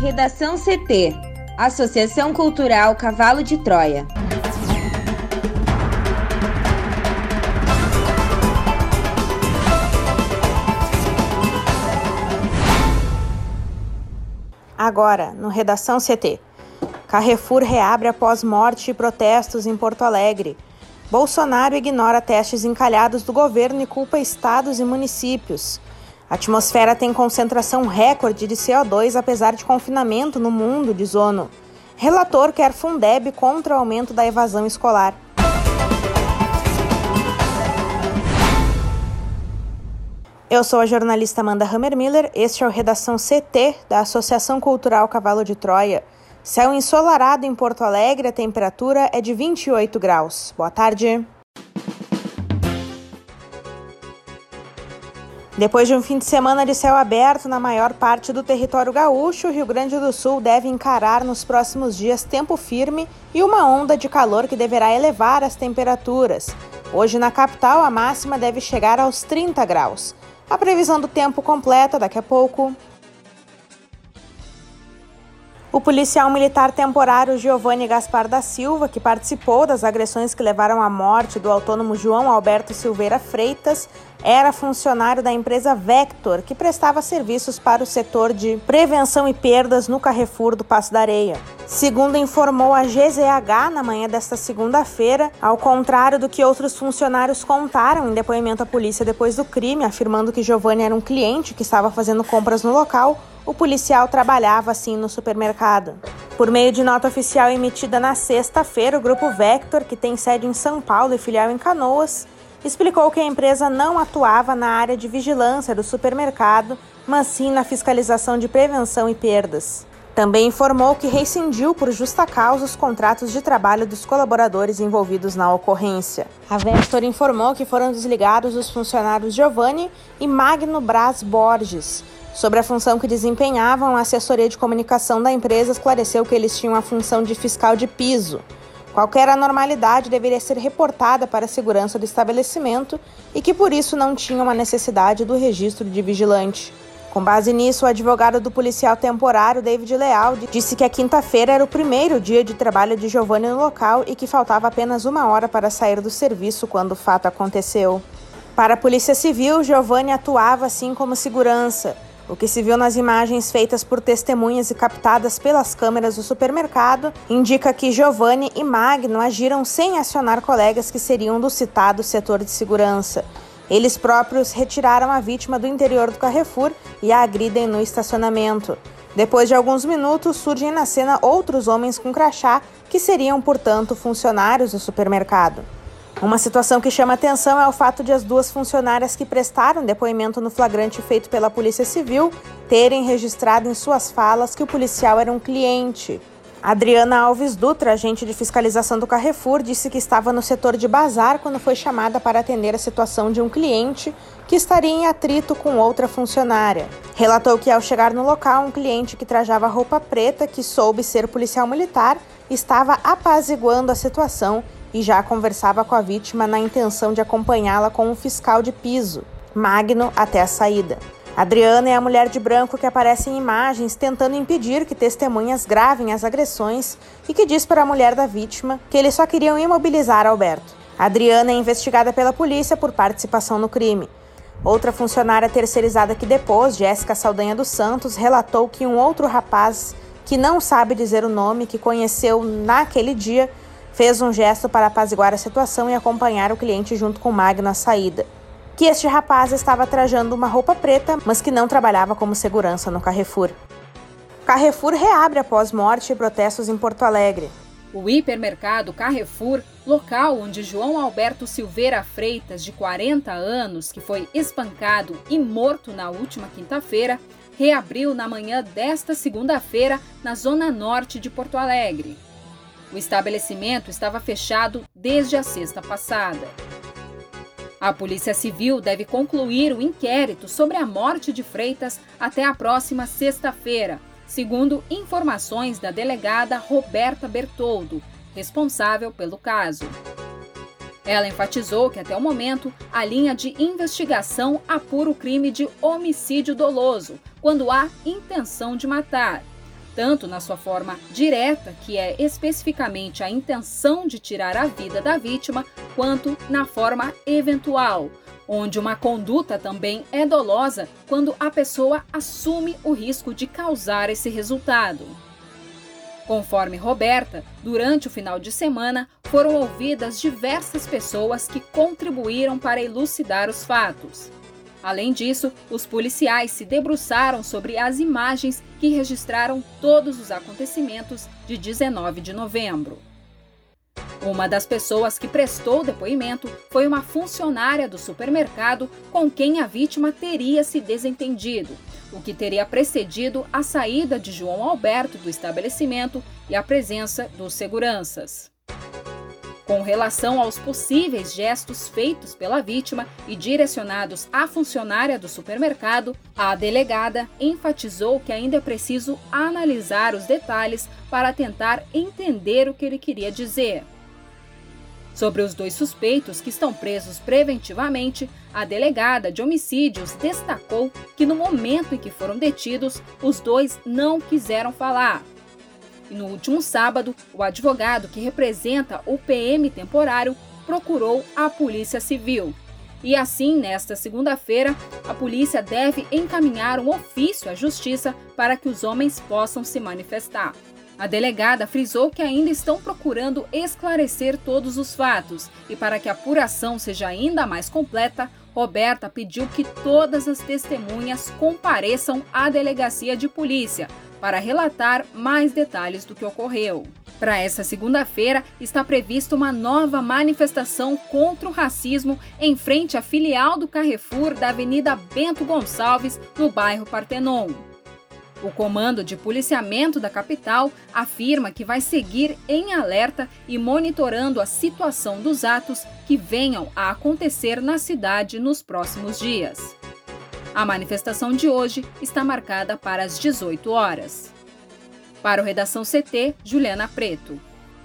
Redação CT, Associação Cultural Cavalo de Troia. Agora, no Redação CT. Carrefour reabre após morte e protestos em Porto Alegre. Bolsonaro ignora testes encalhados do governo e culpa estados e municípios. A atmosfera tem concentração recorde de CO2 apesar de confinamento no mundo, diz ONU. Relator quer Fundeb contra o aumento da evasão escolar. Eu sou a jornalista Amanda Hammermiller, este é o Redação CT da Associação Cultural Cavalo de Troia. Céu ensolarado em Porto Alegre, a temperatura é de 28 graus. Boa tarde. Depois de um fim de semana de céu aberto na maior parte do território gaúcho, o Rio Grande do Sul deve encarar nos próximos dias tempo firme e uma onda de calor que deverá elevar as temperaturas. Hoje na capital, a máxima deve chegar aos 30 graus. A previsão do tempo completa daqui a pouco. O policial militar temporário Giovanni Gaspar da Silva, que participou das agressões que levaram à morte do autônomo João Alberto Silveira Freitas, era funcionário da empresa Vector, que prestava serviços para o setor de prevenção e perdas no Carrefour do Passo da Areia. Segundo informou a GZH na manhã desta segunda-feira, ao contrário do que outros funcionários contaram em depoimento à polícia depois do crime, afirmando que Giovanni era um cliente que estava fazendo compras no local, o policial trabalhava assim no supermercado. Por meio de nota oficial emitida na sexta-feira, o grupo Vector, que tem sede em São Paulo e filial em Canoas, explicou que a empresa não atuava na área de vigilância do supermercado, mas sim na fiscalização de prevenção e perdas. Também informou que rescindiu por justa causa os contratos de trabalho dos colaboradores envolvidos na ocorrência. A Vector informou que foram desligados os funcionários Giovanni e Magno Braz Borges. Sobre a função que desempenhavam, a assessoria de comunicação da empresa esclareceu que eles tinham a função de fiscal de piso. Qualquer anormalidade deveria ser reportada para a segurança do estabelecimento e que por isso não tinham a necessidade do registro de vigilante. Com base nisso, o advogado do policial temporário, David Leal, disse que a quinta-feira era o primeiro dia de trabalho de Giovanni no local e que faltava apenas 1 hora para sair do serviço quando o fato aconteceu. Para a Polícia Civil, Giovanni atuava assim como segurança. O que se viu nas imagens feitas por testemunhas e captadas pelas câmeras do supermercado indica que Giovanni e Magno agiram sem acionar colegas que seriam do citado setor de segurança. Eles próprios retiraram a vítima do interior do Carrefour e a agridem no estacionamento. Depois de alguns minutos, surgem na cena outros homens com crachá que seriam, portanto, funcionários do supermercado. Uma situação que chama atenção é o fato de as duas funcionárias que prestaram depoimento no flagrante feito pela Polícia Civil terem registrado em suas falas que o policial era um cliente. Adriana Alves Dutra, agente de fiscalização do Carrefour, disse que estava no setor de bazar quando foi chamada para atender a situação de um cliente que estaria em atrito com outra funcionária. Relatou que ao chegar no local, um cliente que trajava roupa preta, que soube ser policial militar, estava apaziguando a situação e já conversava com a vítima na intenção de acompanhá-la com um fiscal de piso, Magno, até a saída. Adriana é a mulher de branco que aparece em imagens tentando impedir que testemunhas gravem as agressões e que diz para a mulher da vítima que eles só queriam imobilizar Alberto. Adriana é investigada pela polícia por participação no crime. Outra funcionária terceirizada que depôs, Jéssica Saldanha dos Santos, relatou que um outro rapaz, que não sabe dizer o nome, que conheceu naquele dia, fez um gesto para apaziguar a situação e acompanhar o cliente junto com Magno à saída. Que este rapaz estava trajando uma roupa preta, mas que não trabalhava como segurança no Carrefour. Carrefour reabre após morte e protestos em Porto Alegre. O hipermercado Carrefour, local onde João Alberto Silveira Freitas, de 40 anos, que foi espancado e morto na última quinta-feira, reabriu na manhã desta segunda-feira na zona norte de Porto Alegre. O estabelecimento estava fechado desde a sexta passada. A Polícia Civil deve concluir o inquérito sobre a morte de Freitas até a próxima sexta-feira, segundo informações da delegada Roberta Bertoldo, responsável pelo caso. Ela enfatizou que até o momento a linha de investigação apura o crime de homicídio doloso, quando há intenção de matar. tanto na sua forma direta, que é especificamente a intenção de tirar a vida da vítima, quanto na forma eventual, onde uma conduta também é dolosa quando a pessoa assume o risco de causar esse resultado. Conforme Roberta, durante o final de semana, foram ouvidas diversas pessoas que contribuíram para elucidar os fatos. Além disso, os policiais se debruçaram sobre as imagens que registraram todos os acontecimentos de 19 de novembro. Uma das pessoas que prestou depoimento foi uma funcionária do supermercado com quem a vítima teria se desentendido, o que teria precedido a saída de João Alberto do estabelecimento e a presença dos seguranças. Com relação aos possíveis gestos feitos pela vítima e direcionados à funcionária do supermercado, a delegada enfatizou que ainda é preciso analisar os detalhes para tentar entender o que ele queria dizer. Sobre os 2 suspeitos que estão presos preventivamente, a delegada de homicídios destacou que no momento em que foram detidos, os 2 não quiseram falar. E no último sábado, o advogado que representa o PM temporário procurou a Polícia Civil. E assim, nesta segunda-feira, a polícia deve encaminhar um ofício à Justiça para que os homens possam se manifestar. A delegada frisou que ainda estão procurando esclarecer todos os fatos e, para que a apuração seja ainda mais completa, Roberta pediu que todas as testemunhas compareçam à delegacia de polícia para relatar mais detalhes do que ocorreu. Para essa segunda-feira, está prevista uma nova manifestação contra o racismo em frente à filial do Carrefour da Avenida Bento Gonçalves, no bairro Partenon. O Comando de Policiamento da capital afirma que vai seguir em alerta e monitorando a situação dos atos que venham a acontecer na cidade nos próximos dias. A manifestação de hoje está marcada para as 18 horas. Para o Redação CT, Juliana Preto.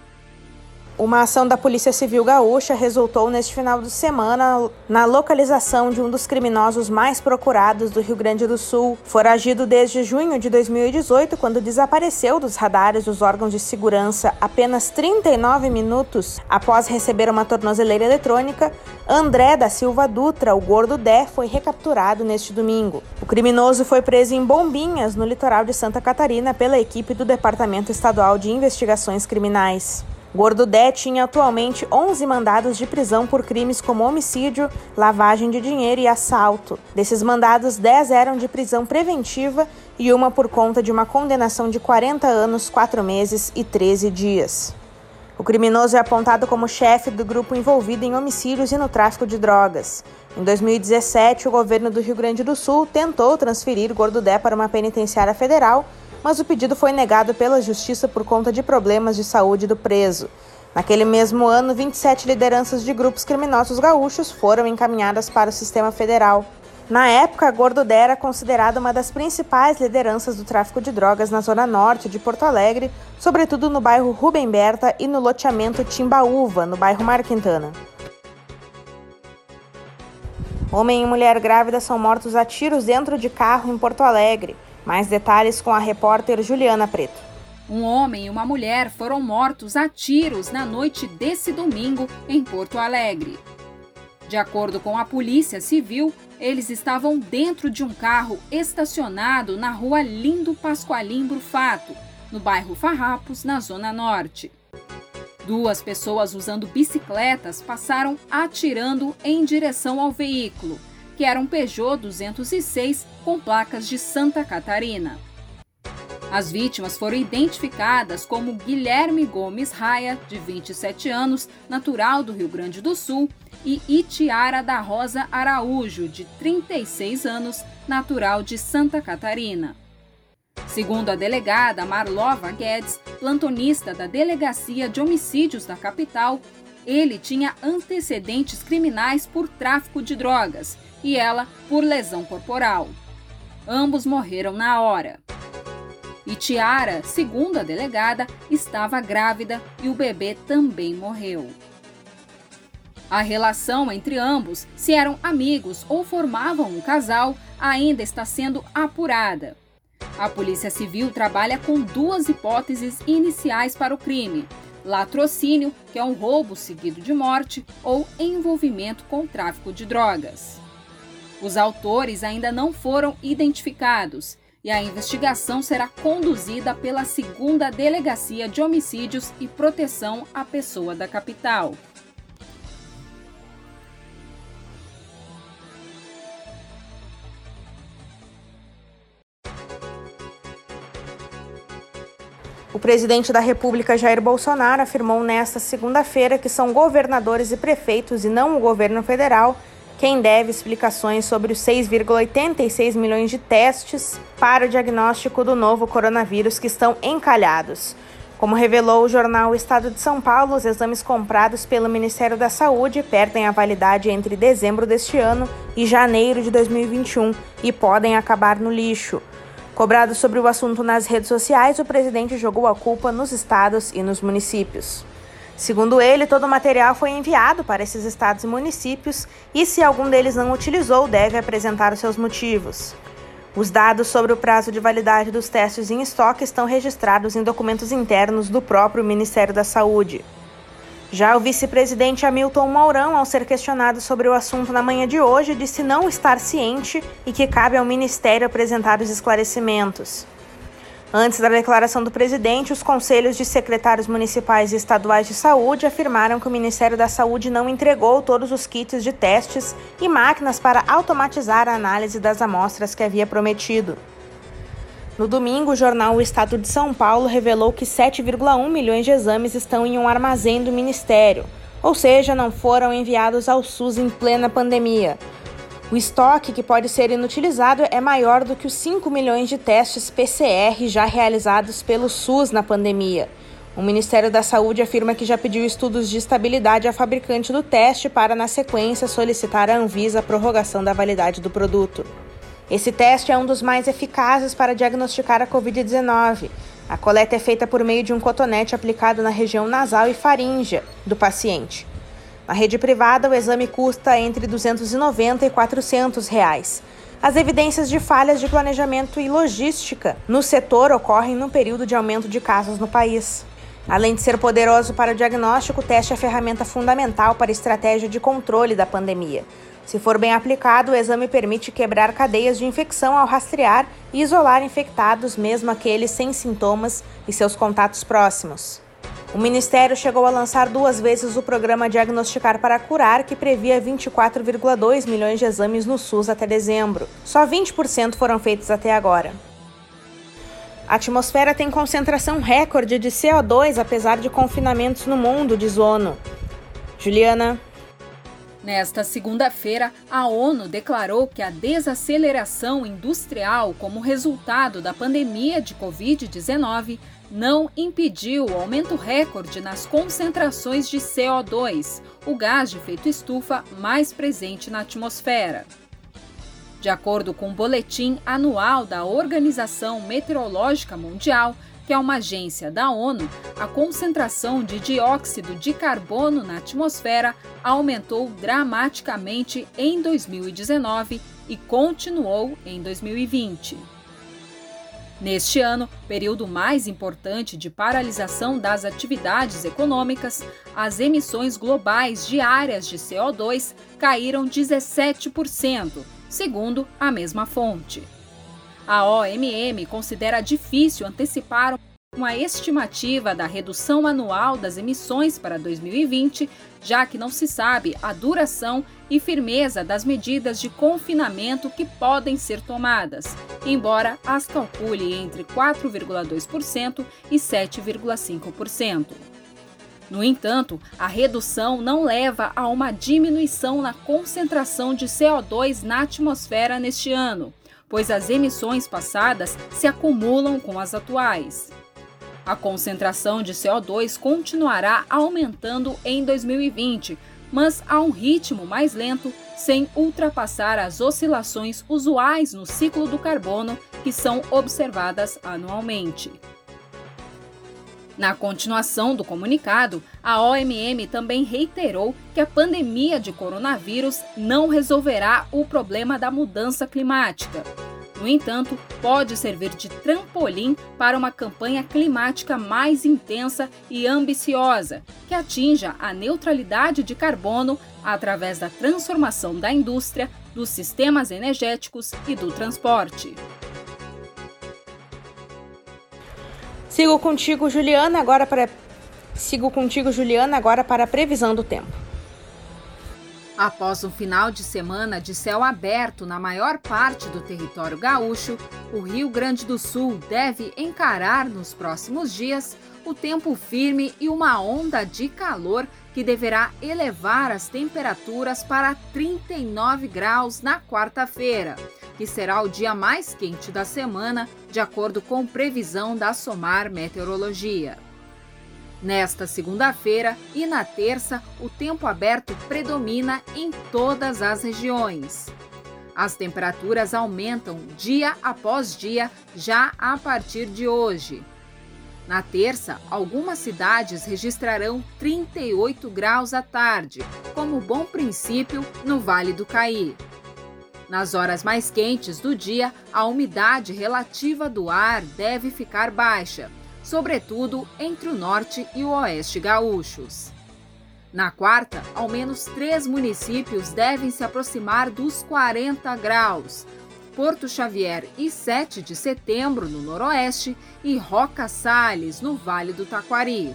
Uma ação da Polícia Civil Gaúcha resultou neste final de semana na localização de um dos criminosos mais procurados do Rio Grande do Sul. Foragido desde junho de 2018, quando desapareceu dos radares dos órgãos de segurança apenas 39 minutos após receber uma tornozeleira eletrônica, André da Silva Dutra, o Gordo Dé, foi recapturado neste domingo. O criminoso foi preso em Bombinhas, no litoral de Santa Catarina, pela equipe do Departamento Estadual de Investigações Criminais. Gordo Dé tinha atualmente 11 mandados de prisão por crimes como homicídio, lavagem de dinheiro e assalto. Desses mandados, 10 eram de prisão preventiva e uma por conta de uma condenação de 40 anos, 4 meses e 13 dias. O criminoso é apontado como chefe do grupo envolvido em homicídios e no tráfico de drogas. Em 2017, o governo do Rio Grande do Sul tentou transferir Gordo Dé para uma penitenciária federal, mas o pedido foi negado pela Justiça por conta de problemas de saúde do preso. Naquele mesmo ano, 27 lideranças de grupos criminosos gaúchos foram encaminhadas para o sistema federal. Na época, Gordo Dé era considerado uma das principais lideranças do tráfico de drogas na zona norte de Porto Alegre, sobretudo no bairro Rubem Berta e no loteamento Timbaúva, no bairro Mário Quintana. Homem e mulher grávida são mortos a tiros dentro de carro em Porto Alegre. Mais detalhes com a repórter Juliana Preto. Um homem e uma mulher foram mortos a tiros na noite desse domingo em Porto Alegre. De acordo com a Polícia Civil, eles estavam dentro de um carro estacionado na rua Lindo Pascoalim Brufato, no bairro Farrapos, na Zona Norte. 2 pessoas usando bicicletas passaram atirando em direção ao veículo, que era um Peugeot 206 com placas de Santa Catarina. As vítimas foram identificadas como Guilherme Gomes Raia, de 27 anos, natural do Rio Grande do Sul, e Itiara da Rosa Araújo, de 36 anos, natural de Santa Catarina. Segundo a delegada Marlova Guedes, plantonista da Delegacia de Homicídios da capital, ele tinha antecedentes criminais por tráfico de drogas e ela por lesão corporal. Ambos morreram na hora. Itiara, segundo a delegada, estava grávida e o bebê também morreu. A relação entre ambos, se eram amigos ou formavam um casal, ainda está sendo apurada. A Polícia Civil trabalha com duas hipóteses iniciais para o crime: latrocínio, que é um roubo seguido de morte, ou envolvimento com tráfico de drogas. Os autores ainda não foram identificados e a investigação será conduzida pela 2ª Delegacia de Homicídios e Proteção à Pessoa da capital. O presidente da República, Jair Bolsonaro, afirmou nesta segunda-feira que são governadores e prefeitos e não o governo federal quem deve explicações sobre os 6,86 milhões de testes para o diagnóstico do novo coronavírus que estão encalhados. Como revelou o jornal O Estado de São Paulo, os exames comprados pelo Ministério da Saúde perdem a validade entre dezembro deste ano e janeiro de 2021 e podem acabar no lixo. Cobrado sobre o assunto nas redes sociais, o presidente jogou a culpa nos estados e nos municípios. Segundo ele, todo o material foi enviado para esses estados e municípios e, se algum deles não utilizou, deve apresentar os seus motivos. Os dados sobre o prazo de validade dos testes em estoque estão registrados em documentos internos do próprio Ministério da Saúde. Já o vice-presidente Hamilton Mourão, ao ser questionado sobre o assunto na manhã de hoje, disse não estar ciente e que cabe ao Ministério apresentar os esclarecimentos. Antes da declaração do presidente, os conselhos de secretários municipais e estaduais de saúde afirmaram que o Ministério da Saúde não entregou todos os kits de testes e máquinas para automatizar a análise das amostras que havia prometido. No domingo, o jornal O Estado de São Paulo revelou que 7,1 milhões de exames estão em um armazém do Ministério, ou seja, não foram enviados ao SUS em plena pandemia. O estoque que pode ser inutilizado é maior do que os 5 milhões de testes PCR já realizados pelo SUS na pandemia. O Ministério da Saúde afirma que já pediu estudos de estabilidade à fabricante do teste para, na sequência, solicitar à Anvisa a prorrogação da validade do produto. Esse teste é um dos mais eficazes para diagnosticar a Covid-19. A coleta é feita por meio de um cotonete aplicado na região nasal e faríngea do paciente. Na rede privada, o exame custa entre R$ 290 e R$ 400. As evidências de falhas de planejamento e logística no setor ocorrem no período de aumento de casos no país. Além de ser poderoso para o diagnóstico, o teste é ferramenta fundamental para a estratégia de controle da pandemia. Se for bem aplicado, o exame permite quebrar cadeias de infecção ao rastrear e isolar infectados, mesmo aqueles sem sintomas e seus contatos próximos. O Ministério chegou a lançar 2 vezes o programa Diagnosticar para Curar, que previa 24,2 milhões de exames no SUS até dezembro. Só 20% foram feitos até agora. A atmosfera tem concentração recorde de CO2, apesar de confinamentos no mundo, diz ONU. Juliana. Nesta segunda-feira, a ONU declarou que a desaceleração industrial como resultado da pandemia de Covid-19 não impediu o aumento recorde nas concentrações de CO2, o gás de efeito estufa mais presente na atmosfera. De acordo com o boletim anual da Organização Meteorológica Mundial, que é uma agência da ONU, a concentração de dióxido de carbono na atmosfera aumentou dramaticamente em 2019 e continuou em 2020. Neste ano, período mais importante de paralisação das atividades econômicas, as emissões globais diárias de CO2 caíram 17%, segundo a mesma fonte. A OMM considera difícil antecipar uma estimativa da redução anual das emissões para 2020, já que não se sabe a duração e firmeza das medidas de confinamento que podem ser tomadas, embora as calcule entre 4,2% e 7,5%. No entanto, a redução não leva a uma diminuição na concentração de CO2 na atmosfera neste ano, pois as emissões passadas se acumulam com as atuais. A concentração de CO2 continuará aumentando em 2020, mas a um ritmo mais lento, sem ultrapassar as oscilações usuais no ciclo do carbono que são observadas anualmente. Na continuação do comunicado, a OMM também reiterou que a pandemia de coronavírus não resolverá o problema da mudança climática. No entanto, pode servir de trampolim para uma campanha climática mais intensa e ambiciosa, que atinja a neutralidade de carbono através da transformação da indústria, dos sistemas energéticos e do transporte. Sigo contigo, Juliana, agora para a previsão do tempo. Após um final de semana de céu aberto na maior parte do território gaúcho, o Rio Grande do Sul deve encarar nos próximos dias o tempo firme e uma onda de calor que deverá elevar as temperaturas para 39 graus na quarta-feira, que será o dia mais quente da semana, de acordo com previsão da SOMAR Meteorologia. Nesta segunda-feira e na terça, o tempo aberto predomina em todas as regiões. As temperaturas aumentam dia após dia já a partir de hoje. Na terça, algumas cidades registrarão 38 graus à tarde, como bom princípio no Vale do Caí. Nas horas mais quentes do dia, a umidade relativa do ar deve ficar baixa, sobretudo entre o norte e o oeste gaúchos. Na quarta, ao menos 3 municípios devem se aproximar dos 40 graus: Porto Xavier e 7 de Setembro, no noroeste, e Roca Salles, no Vale do Taquari.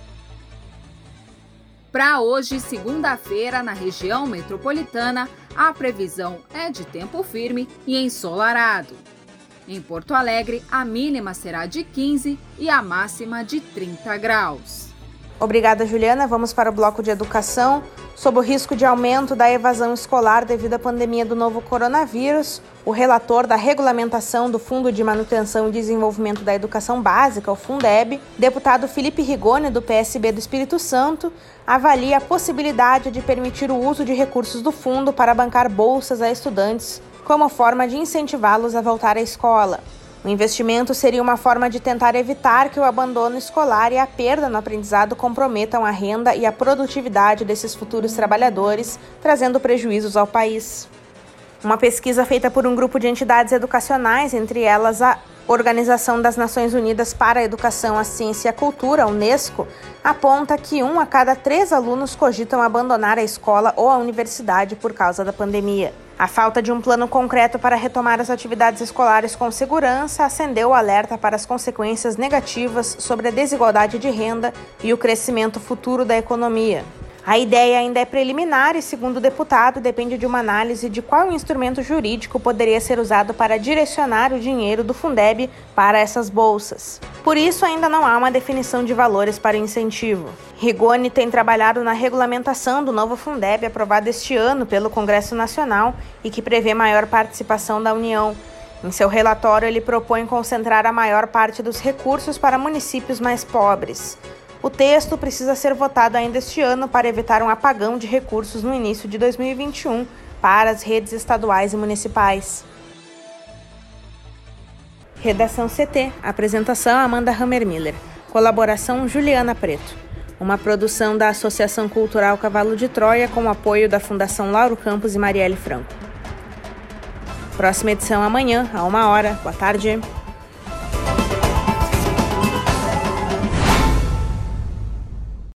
Para hoje, segunda-feira, na região metropolitana, a previsão é de tempo firme e ensolarado. Em Porto Alegre, a mínima será de 15 e a máxima de 30 graus. Obrigada, Juliana. Vamos para o bloco de educação. Sob o risco de aumento da evasão escolar devido à pandemia do novo coronavírus, o relator da regulamentação do Fundo de Manutenção e Desenvolvimento da Educação Básica, o Fundeb, deputado Felipe Rigoni, do PSB do Espírito Santo, avalia a possibilidade de permitir o uso de recursos do fundo para bancar bolsas a estudantes, como forma de incentivá-los a voltar à escola. O investimento seria uma forma de tentar evitar que o abandono escolar e a perda no aprendizado comprometam a renda e a produtividade desses futuros trabalhadores, trazendo prejuízos ao país. Uma pesquisa feita por um grupo de entidades educacionais, entre elas a Organização das Nações Unidas para a Educação, a Ciência e a Cultura, a Unesco, aponta que 1 a cada 3 alunos cogitam abandonar a escola ou a universidade por causa da pandemia. A falta de um plano concreto para retomar as atividades escolares com segurança acendeu o alerta para as consequências negativas sobre a desigualdade de renda e o crescimento futuro da economia. A ideia ainda é preliminar e, segundo o deputado, depende de uma análise de qual instrumento jurídico poderia ser usado para direcionar o dinheiro do Fundeb para essas bolsas. Por isso, ainda não há uma definição de valores para o incentivo. Rigoni tem trabalhado na regulamentação do novo Fundeb, aprovado este ano pelo Congresso Nacional e que prevê maior participação da União. Em seu relatório, ele propõe concentrar a maior parte dos recursos para municípios mais pobres. O texto precisa ser votado ainda este ano para evitar um apagão de recursos no início de 2021 para as redes estaduais e municipais. Redação CT. Apresentação Amanda Hammermiller. Colaboração Juliana Preto. Uma produção da Associação Cultural Cavalo de Troia com o apoio da Fundação Lauro Campos e Marielle Franco. Próxima edição amanhã, a 1h. Boa tarde.